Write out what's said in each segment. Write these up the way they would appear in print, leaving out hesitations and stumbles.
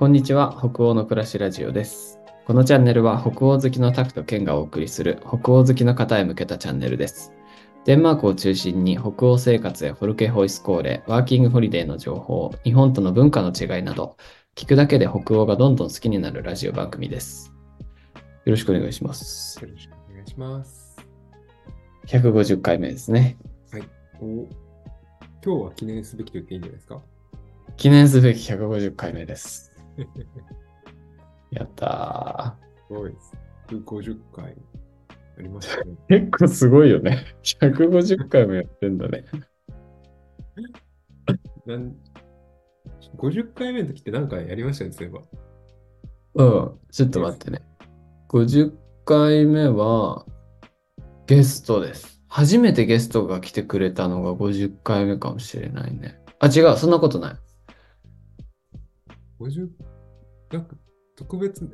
こんにちは、北欧の暮らしラジオです。このチャンネルは北欧好きのタクとケンがお送りする北欧好きの方へ向けたチャンネルです。デンマークを中心に北欧生活やフォルケホイスコーレ、ワーキングホリデーの情報、日本との文化の違いなど、聞くだけで北欧がどんどん好きになるラジオ番組です。よろしくお願いします。 よろしくお願いします。 150回目ですね。 はい。今日は記念すべきと言っていいんじゃないですか？ 記念すべき150回目です。やったすごいです。150回ありましたね。 ー。結構すごいよね。150回もやってんだね。 50回目の時って何かやりましたね、そういえば。 うん、ちょっと待ってね。50回目はゲストです。初めてゲストが来てくれたのが50回目かもしれないね。あ、違う、そんなことない。 50、なんか特別、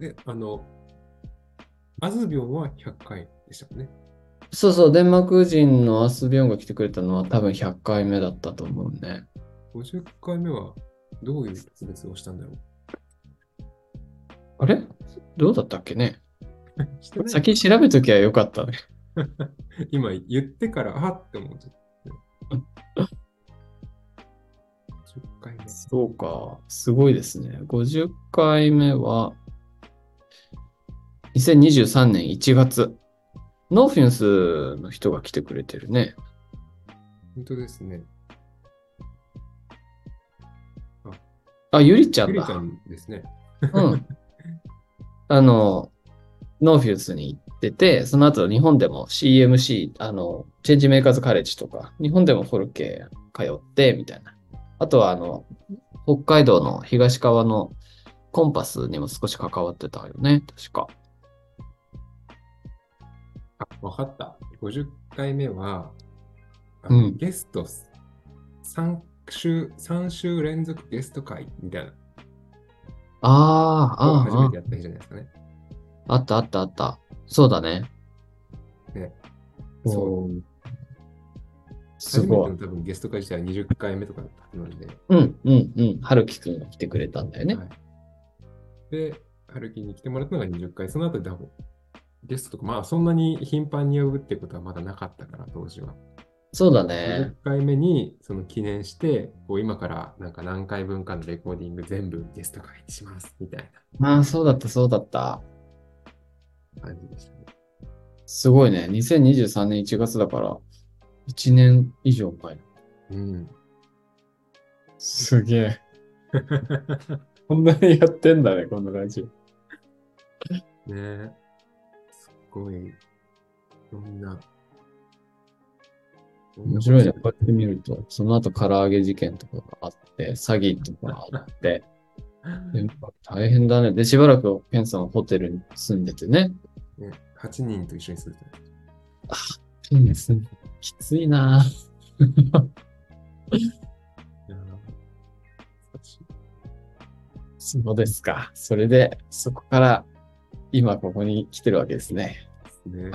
アズビョンは100回でしたもんね。 そうそう、デンマーク人のアスビョンが来てくれたのは多分100回目だったと思うね。 50回目はどういう特別をしたんだろあれどうだったっけね。 う。してないのか先調べときゃよかったね。 な。今言ってから、あって思っちゃった。10回目。 そうか、すごいですね。50回目は2023年1月。ノーフィンスの人が来てくれてるね。 本当ですね。 あ、ゆりちゃんゆりちゃだ。 んですね。 うん。ノーフィウスに行ってて、その後日本でも CMC、チェンジメーカーズカレッジとか、日本でもフォルケ通って、みたいな。あとは、北海道の東側のコンパスにも少し関わってたよね、確か。 わかった。50回目は、 うん。 ゲスト3週連続ゲスト会みたいなああ、 を初めああ、 てやった日じゃないですかね。 あったあったあった。そうだね。 ね、そう。 おー、すごい。 初めての多分ゲスト会自体は20回目とかだったはずなんで。 うん、うん、うん。はるきくんが来てくれたんだよね。 はい。で、春樹に来てもらったのが20回。その後ゲストとか、まあそんなに頻繁に呼ぶってことはまだなかったから、当時は。 そうだ 50 ね。 回目にその記念して、こう今からなんか何回分かのレコーディング全部ゲスト会にしますみたいああ、そうだった、そうだった。 な感じでしたね。 すごいね。2023年1月だから、1年以上前。 うん。 すげえ。こんなにやってんだね、このラジオ。 ねえ、すっごい、いろんな、いろんなこと面白いね。 してる。 こうやって見ると、その後唐揚げ事件とかがあって、詐欺とかあって、で大変だね。で、しばらくケンさんはホテルに住んでてね。 ね、8人と一緒にすると。 あ、いいですね。きついな。 いやー、難しいそうですか。それで、そこから今ここに来てるわけですね。 ですね。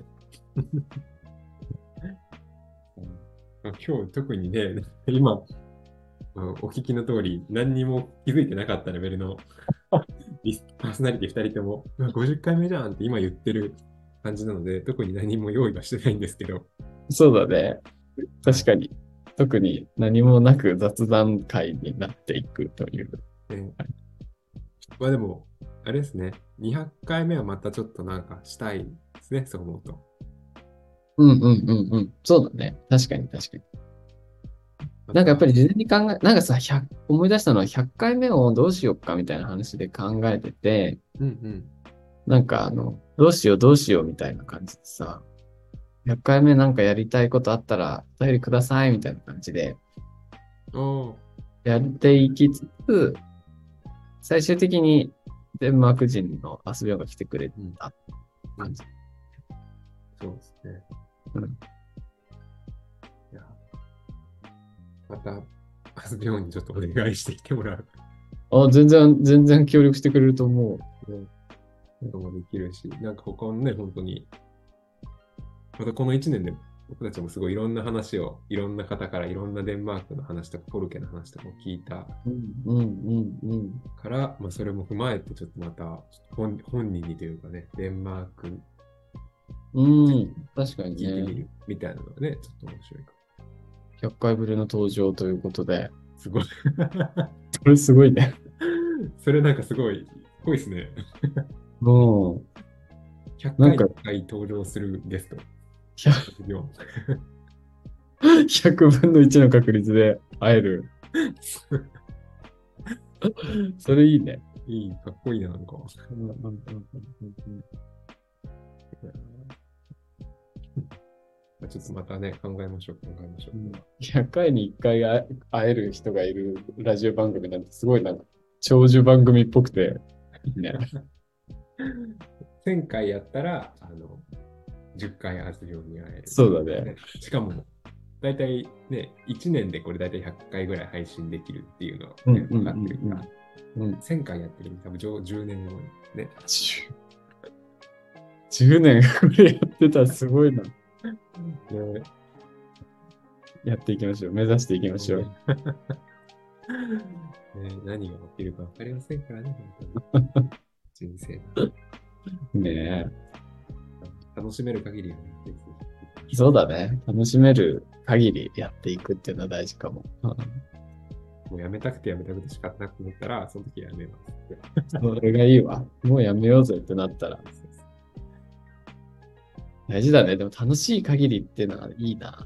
今日特にね、今、お聞きの通り、何にも気づいてなかったレベルのパーソナリティ2人とも、50回目じゃんって今言ってる感じなので、特に何も用意はしてないんですけど、 そうだね。 はい。 確かに。特に何もなく雑談会になっていくという。 ね、まあでも、あれですね、200回目はまたちょっとなんかしたいですね、そう思うと。 うんうんうんうん。そうだね。確かに確かに。 また、 なんかやっぱり事前に考え、なんかさ、思い出したのは100回目をどうしようかみたいな話で考えてて、 うんうん。 なんかどうしようどうしようみたいな感じでさ、100回目なんかやりたいことあったらお便りくださいみたいな感じでおー、 やっていきつつ、最終的にデンマーク人の遊びが来てくれうん、 たうん、 感じ。 そうですね。 うん、 いや、また、アスビオンにちょっとお願いしてきてもらう。 あ、全然協力してくれると思う。 ね、こともできるし、なんか他のね、本当に、またこの1年で僕たちもすごいいろんな話を、いろんな方からいろんなデンマークの話とか、フォルケの話とかを聞いたうんうんうんから、まあ、それも踏まえて、ちょっとまた本人にというかね、デンマークうん。うん、確かにね。 聞いてみるみたいなのがね、ちょっと面白いか 100回ぶりの登場ということで。 も。すごい。 これすごいね。 それなんかすごい、すごいですね。 も 100 う、なんか回に1回登場するゲスト。 100、100分の1の確率で会える。それいいね。 いい、かっこいいな、なんか。 うんうんうんうんちょっとまたね、考えましょう、考えましょう。 うん、100回に1回会える人がいるラジオ番組なんてすごいなんか長寿番組っぽくていいね。 1000回やったら、10回会えるように会える。 そうだね。 しかも、だいたいね、1年でこれだいたい100回ぐらい配信できるっていうのは、ね、分かってるから、1000回やってる多分10年後にね。 10年これやってたらすごいな。 ね、 やっていきましょう。目指していきましょう。 ね、何が起きるか分かりませんからね、本当に。人生ねえ。 楽しめる限りはね、ぜひそうだね。楽しめる限りやっていくっていうのは大事かも。 もうやめたくてやめたくて仕方なくなったら、その時やめます。 それがいいわ。もうやめようぜってなったら。大事だね。でも楽しい限りっていうのはいいな。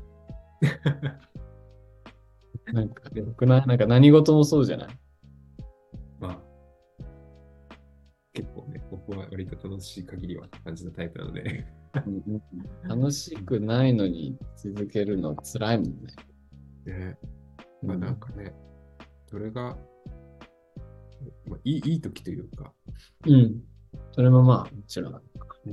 なんか、よくない？なんか何事もそうじゃない？ まあ、結構ね、僕は割と楽しい限りはって感じのタイプなので。 楽しくないのに続けるの辛いもんね。 ね、まあなんかね、それが、まあ、いい時というか、 うん。それもまあ、もちろん。 うん、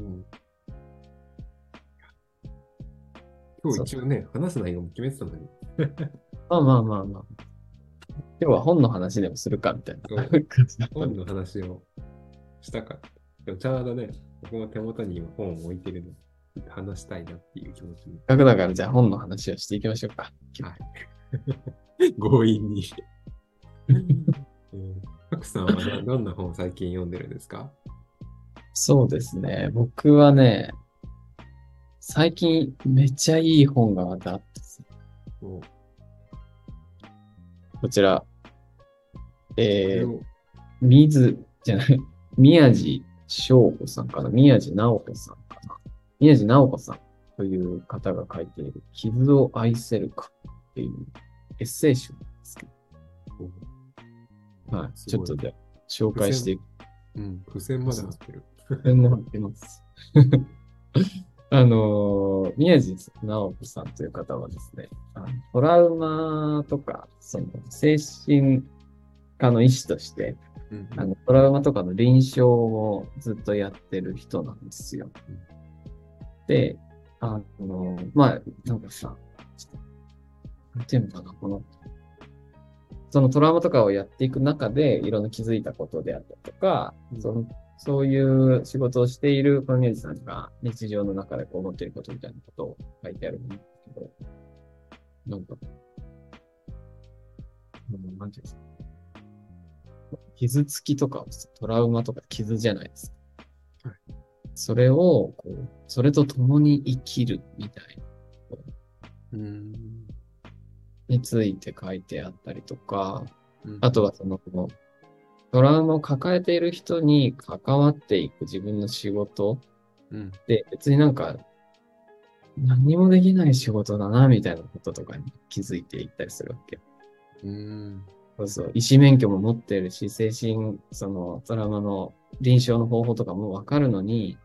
今日一応ね、話す内容も決めてたのに。 まあまあまあまあ。今日は本の話でもするかみたいなそう感じだったね。 本の話をしたかった。でもちょうどね、僕も手元に今本を置いてるので、話したいなっていう気持ちに。 せっかくだからじゃあ本の話をしていきましょうか。 はい。強引に。パクさんはどんな本を最近読んでるんですか？ そうですね。僕はね、最近めっちゃいい本がまたあってさ、 もうこちら、 それをじゃない、宮地翔子さんかな、宮地直子さんかな。宮地直子さんという方が書いている、傷を愛せるかっていうエッセイ集なんですけど、はい。ちょっとで紹介していく。 付箋まで貼ってる。 付箋も貼ってます。宮地直子さんという方はですね、トラウマとか、精神科の医師として、トラウマとかの臨床をずっとやってる人なんですよ。で、まあ、なんかさ、なんていうのかな、そのトラウマとかをやっていく中で、いろんな気づいたことであったりとか、そういう仕事をしているこのミュージシャンが日常の中でこう思っていることみたいなことを書いてあるんですけど、なんか、なんていうんですか。傷つきとか、トラウマとか傷じゃないですか。はい、それを、それと共に生きるみたいな。について書いてあったりとか、あとはトラウマを抱えている人に関わっていく自分の仕事で、別になんか何もできない仕事だなみたいなこととかに気づいていったりするわけ。そうそう、医師免許も持ってるし、精神、トラウマの臨床の方法とかもわかるのに、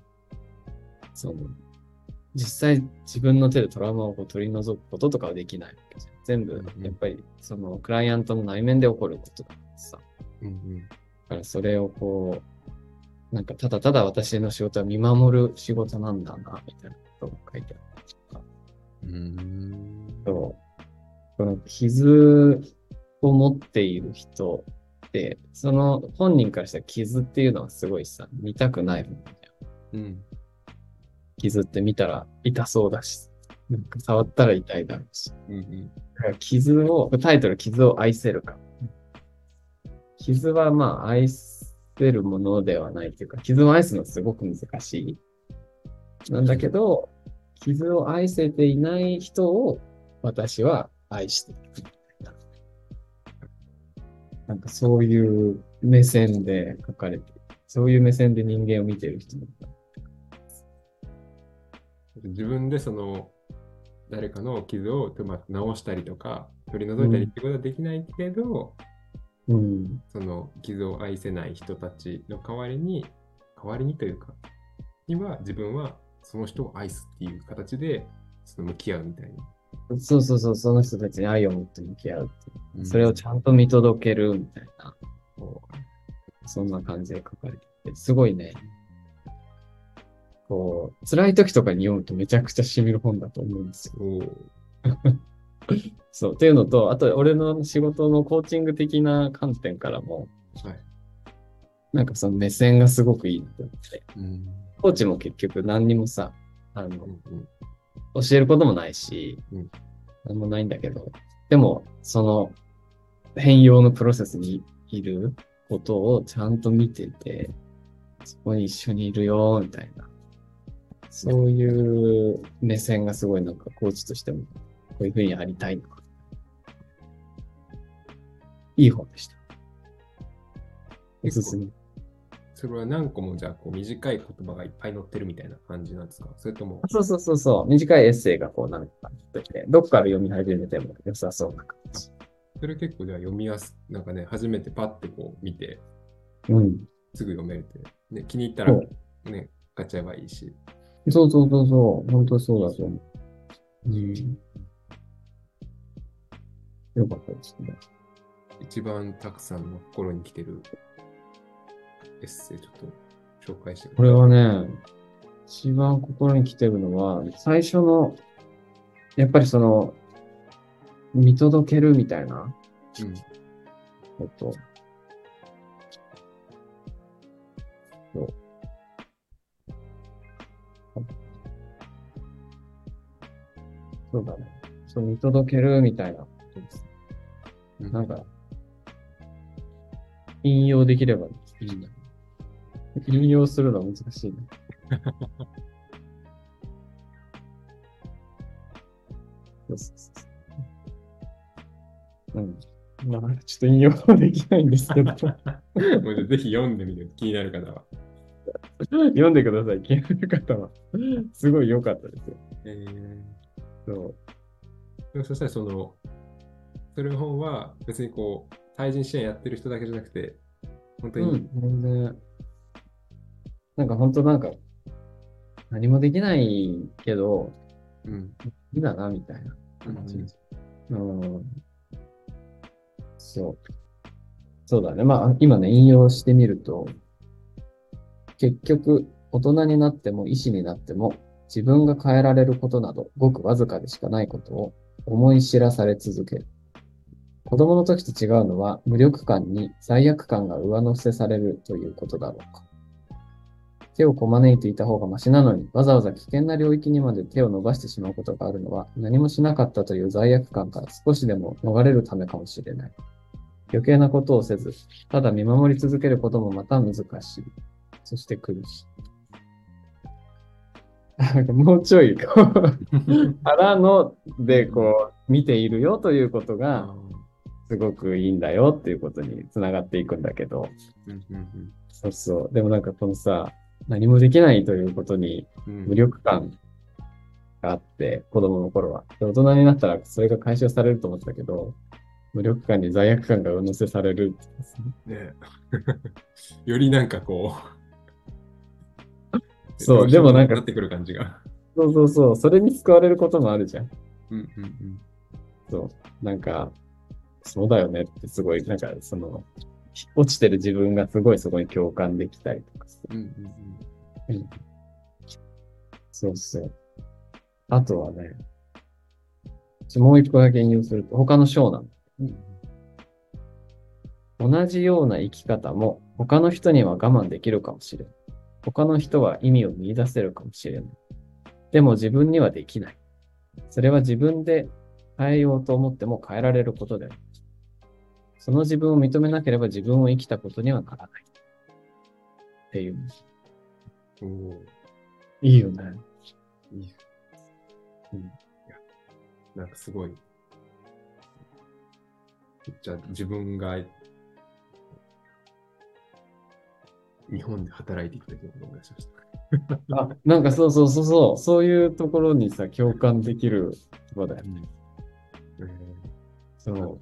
実際自分の手でトラウマを取り除くこととかはできないわけじゃん。全部、やっぱり、クライアントの内面で起こることだからさ。だからそれをなんかただただ私の仕事は見守る仕事なんだな、みたいなことが書いてあったりとか。この傷を持っている人って、その本人からしたら傷っていうのはすごいさ、見たくないもんだよ。傷って見たら痛そうだし、 なんか触ったら痛いだろうし。 うんうんだからタイトル、傷を愛せるか。傷はまあ愛せるものではないっていうか、傷を愛すのはすごく難しい。なんだけど、傷を愛せていない人を私は愛している。なんかそういう目線で書かれている。そういう目線で人間を見ている人もいた。 自分でその誰かの傷を直したりとか取り除いたりっうん。 てことはできないけど、 うん。 その傷を愛せない人たちの代わりにというか、には自分はその人を愛すっていう形でその向き合うみたいな。 そうそうそう、その人たちに愛を持って向き合うっていう。それをうん。 ちゃんと見届けるみたいな、 こそんな感じで書かれてて、すごいね、こう、辛い時とかに読むとめちゃくちゃ染みる本だと思うんですよ。 うおそう。っていうのと、あと、俺の仕事のコーチング的な観点からも、 はい。 なんかその目線がすごくいいなと思って。 うん。 コーチも結局何にもさ、 うんうん教えることもないし、 うんなんもないんだけど、でも、その変容のプロセスにいることをちゃんと見てて、そこに一緒にいるよ、みたいな。そういう目線がすごいなんかコーチとしても、こういうふうにありたいのか。いい本でした。お結構、 すすめ。 それは何個もじゃあこう短い言葉がいっぱい載ってるみたいな感じなんですか？それとも、 そうそうそうそう。短いエッセイがこうなんか出てきて、どっから読み始めても良さそうな感じ。 それ結構じゃあ読みやす、なんかね、初めてパッてこう見て、 うん。 すぐ読めるって、ね、気に入ったらそね、買っちゃえばいいし。 う。そうそうそうそう。本当そうだと思う。うん。よかったですね。 一番たくさんの心に来てるエッセイちょっと紹介してくこれださはね、一番心に来てるのは、最初の、やっぱりその、見届けるみたいない。うん。 こと。そうそうだね。そう、見届けるみたいなことです。 うんなんか、引用できればいいんだ。引用するのは難しいね。そうそうそう。うん。まあ、ちょっと引用はできないんですけど、 もうじゃあぜひ読んでみる。気になる方は。 読んでください。気になる方は。すごい良かったですよ。そでもそしたらそれの本は別にこう、対人支援やってる人だけじゃなくて、本当う。うに、 ん。全然、なんか本当なんか、何もできないけど、 うん。 いいだな、みたいな感じ。 うんうん。そう。そうだね。まあ、今ね、引用してみると、結局、大人になっても医師になっても、自分が変えられることなど、ごくわずかでしかないことを思い知らされ続ける。子供の時と違うのは、無力感に罪悪感が上乗せされるということだろうか。手をこまねいていた方がマシなのに、わざわざ危険な領域にまで手を伸ばしてしまうことがあるのは、何もしなかったという罪悪感から少しでも逃れるためかもしれない。余計なことをせず、ただ見守り続けることもまた難しい。そして苦しい。なんかもうちょい、こう、からので、こう、見ているよということが、 あーすごくいいんだよっていうことにつながっていくんだけど、そうそう。でもなんかこのさ、何もできないということに無力感があって、子供の頃は。で大人になったらそれが解消されると思ったけど、無力感に罪悪感が上乗せされるってですね。 ねよりなんかこう、 そう、 どうしようもでもなんか、 なくなってくる感じが。 そうそうそう、それに救われることもあるじゃん。 うんうんうん。 そう、なんか、そうだよねってすごい、なんかその、落ちてる自分がすごいそこに共感できたりとかさ。 うんうんうん、そうそう。あとはね、もう一個だけ引用すると、他の章なんだ。 うん。 同じような生き方も他の人には我慢できるかもしれない。他の人は意味を見出せるかもしれない。でも自分にはできない。 それは自分で変えようと思っても変えられることである。その自分を認めなければ自分を生きたことにはならない。っていう。 おー、 いいよね。 いい。 うん、 いや、なんかすごい。じゃあ自分が日本で働いていた時の思い出しました。 あ、なんかそうそうそうそう、そういうところにさ、共感できるところだよね。 うん。 そう。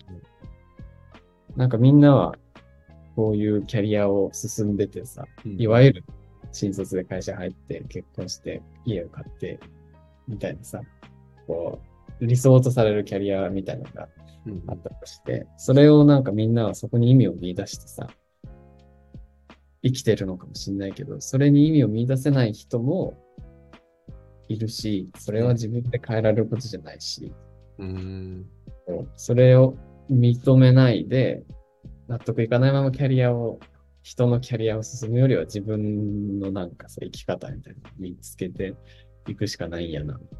なんかみんなはこういうキャリアを進んでてさ、いわゆる新卒で会社入って結婚して家を買ってみたいなさ、こう、理想とされるキャリアみたいなのがあったとして、それをなんかみんなはそこに意味を見出してさ、生きてるのかもしれないけど、それに意味を見出せない人もいるし、それは自分で変えられることじゃないし、それを認めないで、納得いかないまま人のキャリアを進むよりは自分のなんかそう生き方みたいなのを見つけていくしかないんやな。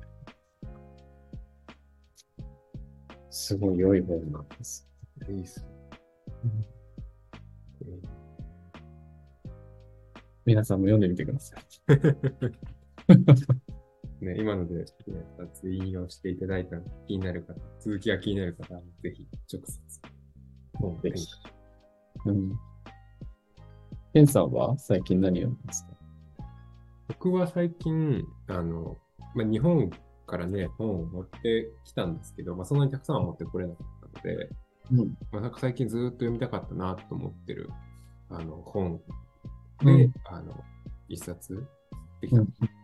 すごい良い本なんです。 いいっす。 皆さんも読んでみてください。 ね、今ので、ね、2つ引用していただいた気になる方、続きが気になる方はぜひ直接本を手に。 うん。ケンさんは最近何を読んでますか？ 僕は最近、日本からね、本を持ってきたんですけど、そんなにたくさんは持ってこれなかったので、なんか最近ずっと読みたかったなと思ってる、本で、一冊できた。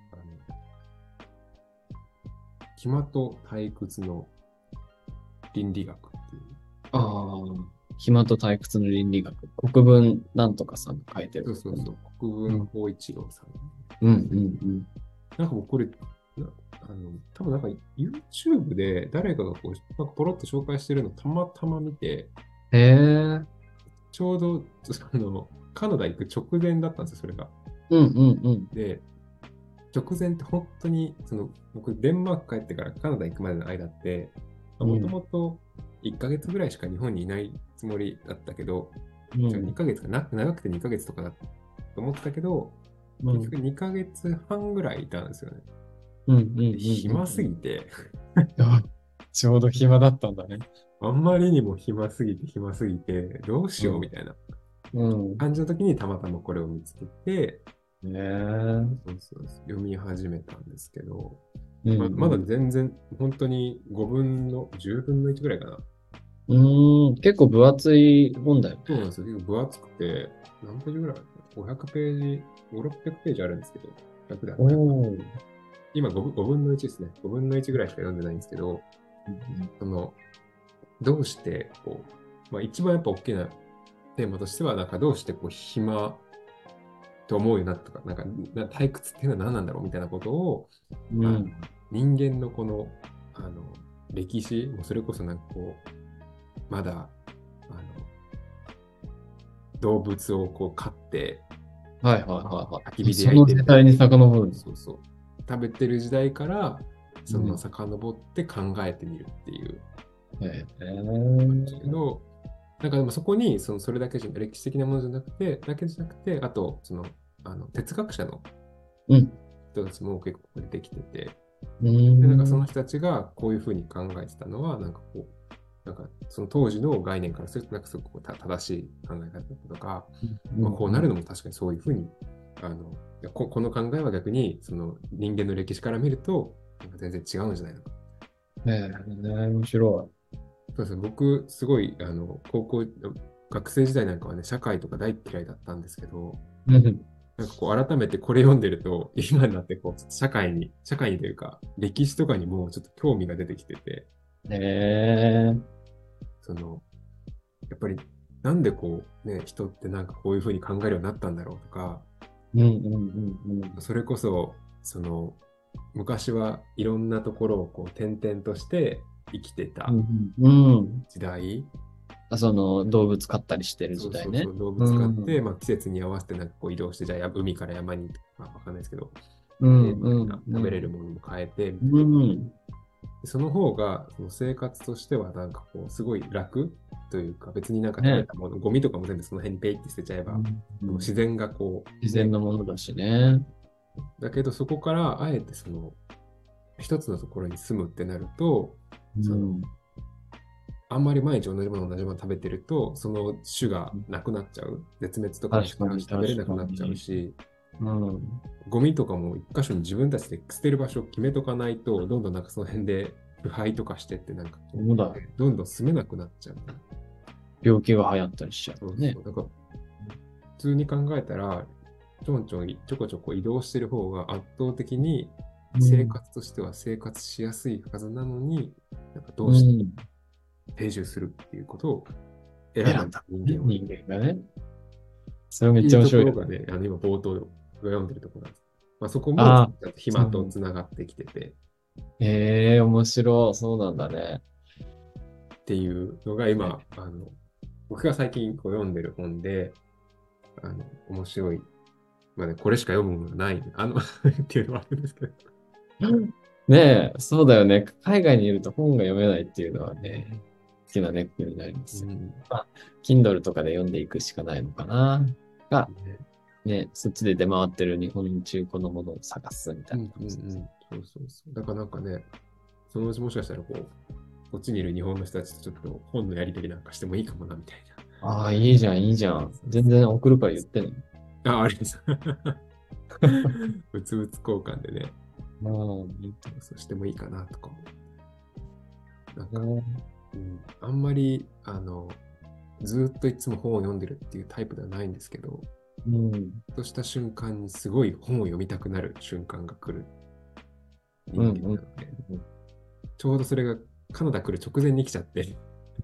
暇と退屈の倫理学っていう。 ああ、暇と退屈の倫理学。国分なんとかさんが書いてる。 そう。国分光一郎さん。 ん。なんか僕これ、多分なんか YouTube で誰かがこう、なんかポロッと紹介してるのたまたま見て、 へえ。 ちょうど、カナダ行く直前だったんですよ、それが。で、直前って本当に、僕、デンマーク帰ってからカナダ行くまでの間って、もともと1ヶ月ぐらいしか日本にいないつもりだったけど、2ヶ月かな、長くて2ヶ月とかだと思ってたけど、結局2ヶ月半ぐらいいたんですよね。暇すぎてちょうど暇だったんだね。 あんまりにも暇すぎて、どうしようみたいな感じの時にたまたまこれを見つけて、読み始めたんですけど、まだ全然本当に10分の1ぐらいかな。 結構分厚い本だよね。 そうなんですよ。結構分厚くて、何ページぐらい ?500 ページ、5、600ページあるんですけど、100だ今5分の1ですね。5分の1ぐらいしか読んでないんですけど、どうして一番やっぱ大きなテーマとしては、なんかどうして暇と思うようになったとか、なんか退屈っていうのは何なんだろうみたいなことを、人間の歴史、それこそなんかまだ動物を飼って、焚き火で焼いてその時代に遡る。 食べてる時代から、遡って考えてみるっていう。けど、なんかでもそこにそれだけじゃ歴史的なものじゃなくて、あと哲学者の人たちも結構出てきてて、でなんかその人たちがこういうふうに考えてたのは、なんかその当時の概念からすると、なんかすごく正しい考え方とか、こうなるのも確かにそういうふうに、この考えは逆にその人間の歴史から見ると、なんか全然違うんじゃないのか。 面白い。 そうですね、僕、すごい、学生時代なんかはね、社会とか大嫌いだったんですけど、なんか改めてこれ読んでると、今になって社会にというか、歴史とかにもちょっと興味が出てきてて、やっぱりなんで人ってなんかこういうふうに考えるようになったんだろうとか、それこそ、昔はいろんなところを転々として生きてた時代、 動物飼ったりしてる時代ね。 動物飼って、季節に合わせてなんか移動して、じゃあ海から山に、わかんないですけど、食べれるものも変えて、 その方がその生活としてはなんかこうすごい楽というか、別になんか食べね。 たもの、ゴミとかも全部その辺にペイって捨てちゃえば、その自然がこう、 自然のものだしね。 だけどそこからあえてその一つのところに住むってなると、そのあんまり毎日同じもの食べてると、その種がなくなっちゃう。絶滅とかもし確かに、 ちゃうし、食べれ確かなくなっちゃうに。 し、 うん。 ゴミとかも一箇所に自分たちで捨てる場所を決めとかないと、どんどんなんかその辺で腐敗とかしてって、なんかこそうだ。 う、どんどん住めなくなっちゃう。 病気が流行ったりしちゃってね。 そうそう。だから普通に考えたら、ちょんちょんちょこちょこ移動してる方が圧倒的に生活としては生活しやすいはずなのに、なんかどうしてうん。 定住するっていうことを選んだ選んだ。 人間は。 人間がね。それめっちゃっていうとこ面白いよね。 ろがね、今冒頭が読んでるところなんです。まあ、そこもああ、 暇とつながってきてて面白い。そうなんだね。 っていうのがね。 今、僕が最近こう読んでる本で、面白い。まあね、これしか読むものがない、っていうのはあるんですけど。 ねえ、そうだよね。海外にいると本が読めないっていうのはね、好きなネックになりますよ。 うん。 まあ、Kindle とかで読んでいくしかないのかな。が、 ね、 ね、そっちで出回ってる日本中古のものを探すみたうんいな感じです。 うんうん。そうそうそう。だからなんかね、そのうちもしかしたらこう、こっちにいる日本の人たちとちょっと本のやり取りなんかしてもいいかもなみたいああ、いいじゃん、いいじゃん。全然送るから言ってね。 な。あ、あります。物々交換でね、 まあ、いいとそうしてもいいかなとかも。なんか、 思う。 あんまり、ずっといつも本を読んでるっていうタイプではないんですけど、 うん。 ふとした瞬間にすごい本を読みたくなる瞬間が来るうん、 人間うん。 なので、ちょうどそれがカナダ来る直前に来ちゃって、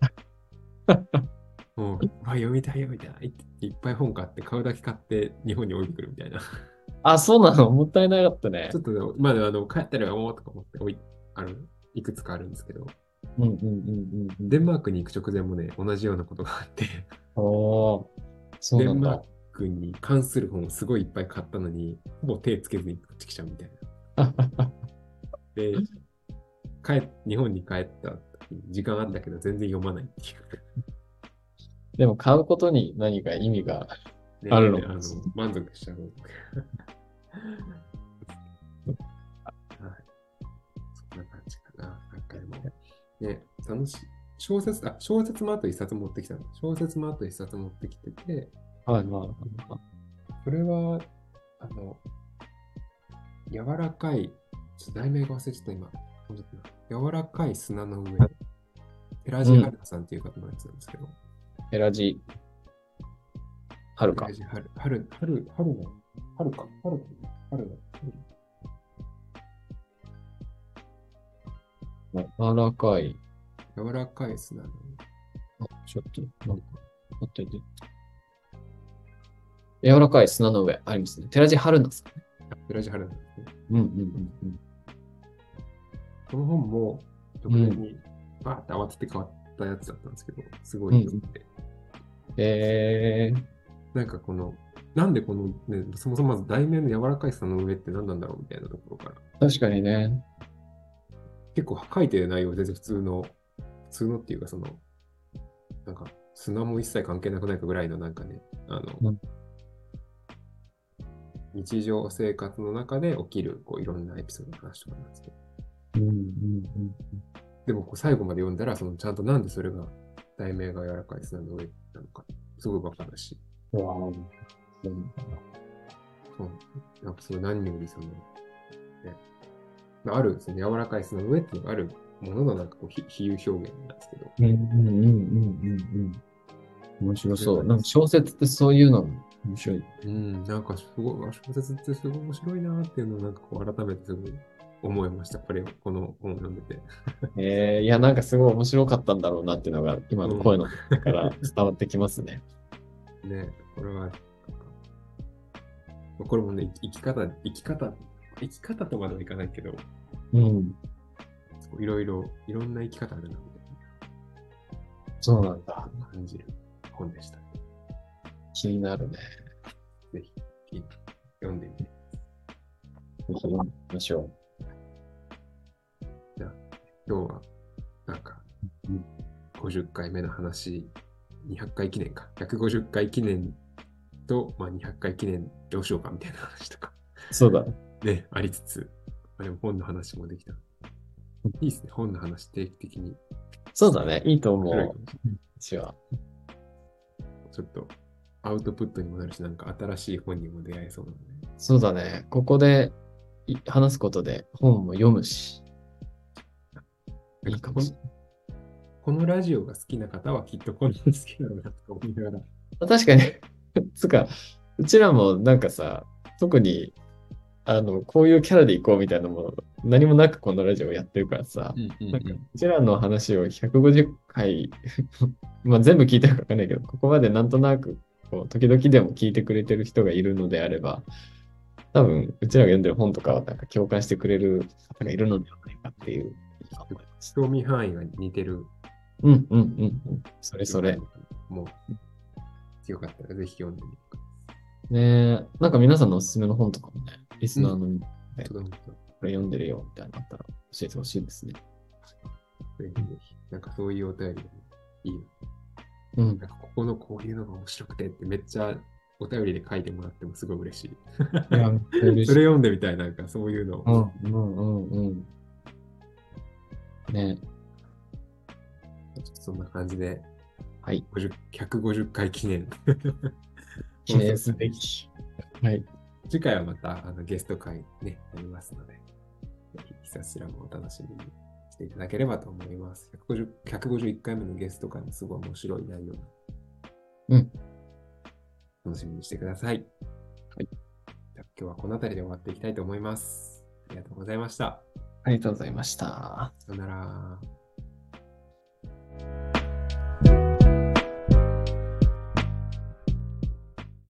もう、読みたい読みたいっていっぱい本買って買うだけ買って日本に置いてくるみたいな。 あ、そうなのもったいなかったね。 ちょっとね、まだ帰ったら読もうとか思っていくつかあるんですけど、 うん、うん、うん、うん。 デンマークに行く直前もね、同じようなことがあっておー、そうデンマーなんだ。 クに関する本をすごいいっぱい買ったのに、ほぼ手つけずにこっち来ちゃうみたいな。で、日本に帰った時に時間あったけど全然読まないっていでも買うことに何か意味がう。 あるのね、 かもしれ満足しちゃう。はい。そんな感じかな。なんかでも、ね、楽しい。小説もあと一冊持ってきたの。小説もあと一冊持ってきてて、 ない。はい、はい、はい。 それは、あの、柔らかい、ちょっと題名が忘れちゃった今。柔らかい砂の上。寺地うん。 春菜さんっていう方のやつなんですけど、 ヘラジ、はるか。 寺地春の、春か、春か、春の、 柔らかい。 柔らかい砂のあ、ちょっと、なんか、待ってて。柔らかい砂の上、ありますね。寺地春菜さん。 上。寺地春菜ですね。 うん、うん、うん、 この本も直うん。 前うん、 にバーって慌てて変わったやつだったんですけど、すごうん。 い良くうん。 て。 ー、 なんかなんでこのね、そもそもまず題名の柔らかい砂の上って何なんだろうみたいなところから、 確かにね。 結構書いてる内容全然普通のっていうかなんか砂も一切関係なくないかぐらいのなんかね、 うん、 日常生活の中で起きるこういろんなエピソードの話とかなんですけど、 うん、うん。 でもこう最後まで読んだら、ちゃんとなんでそれが題名が柔らかい砂の上なのか、すごいわかるし、 うん。わー、そうそうなんかその何よりね、ある、その柔らかい砂の上っていうのがあるもののなんかこう比喩表現なんですけど、 うん、うん、うん、うん、うん。面白そう。 それがね、 なんか小説ってそういうの面白い。 なんかすごい、小説ってすごい面白いなっていうのをなんかこう改めてすごい思いました。この本を読んでて。 いや、なんかすごい面白かったんだろうなっていうのが、今のうん。 声の中から伝わってきますね。 ね、これは、なんかこれもね、生き方とまではいかないけど、 うん。 いろんな生き方あるな、みたいそうなんだ。 な感じる本でした。 気になるね。 ぜひ、読んでみて。 ぜひ読みましょじゃあ今日はなんか50回目の話、200回記念か。150回記念と、まあ、200回記念どうしようかみたいな話とかそうだ。 ね、ありつつ、まあ、でも本の話もできた。いいですね、本の話定期的に。 そうだね。いいと面白い思う。 かもしれない。 私は。 ちょっとアウトプットにもなるし、なんか新しい本にも出会えそうなので。 そうだね。ここで話すことで本も読むし、いいかもしれない。 このラジオが好きな方はきっとこの好きなのだとか思いながら。 確かにつか、うちらもなんかさ、特に、こういうキャラでいこうみたいなのも何もなくこのラジオやってるからさ、なんか、うちらの話を150回まあ全部聞いてるかわかんないけど、ここまでなんとなく、こう、時々でも聞いてくれてる人がいるのであれば、多分、うちらが読んでる本とかはなんか共感してくれる方がいるのではないかっていう思います。 興味範囲が似てる。 うんうんうんうん。それそれ。 もう、よかったらぜひ読んでみてください。 ねえ、なんか皆さんのおすすめの本とかもね、リスナーのみんなで、こちょっとれ読んでるよみたいなのあったら教えてほしいですね。 ぜひぜひ。なんかそういうお便りもいいよ。 うん。 なんかここのこういうのが面白くてってめっちゃお便りで書いてもらってもすごい嬉しい。 いや、 それ嬉しい。 読んでみたい、なんかそういうの。 うんうんうんうん。ね。 そんな感じで、 はい。 150回記念。 記念すべき。はい。 次回はまたゲスト会ね、やりますので、ぜひそちらもお楽しみにしていただければと思います。151回目のゲスト会もすごい面白い内容なので、 うん。 楽しみにしてください。 はい。 じゃあ今日はこの辺りで終わっていきたいと思います。ありがとうございました。 ありがとうございました。 さよなら。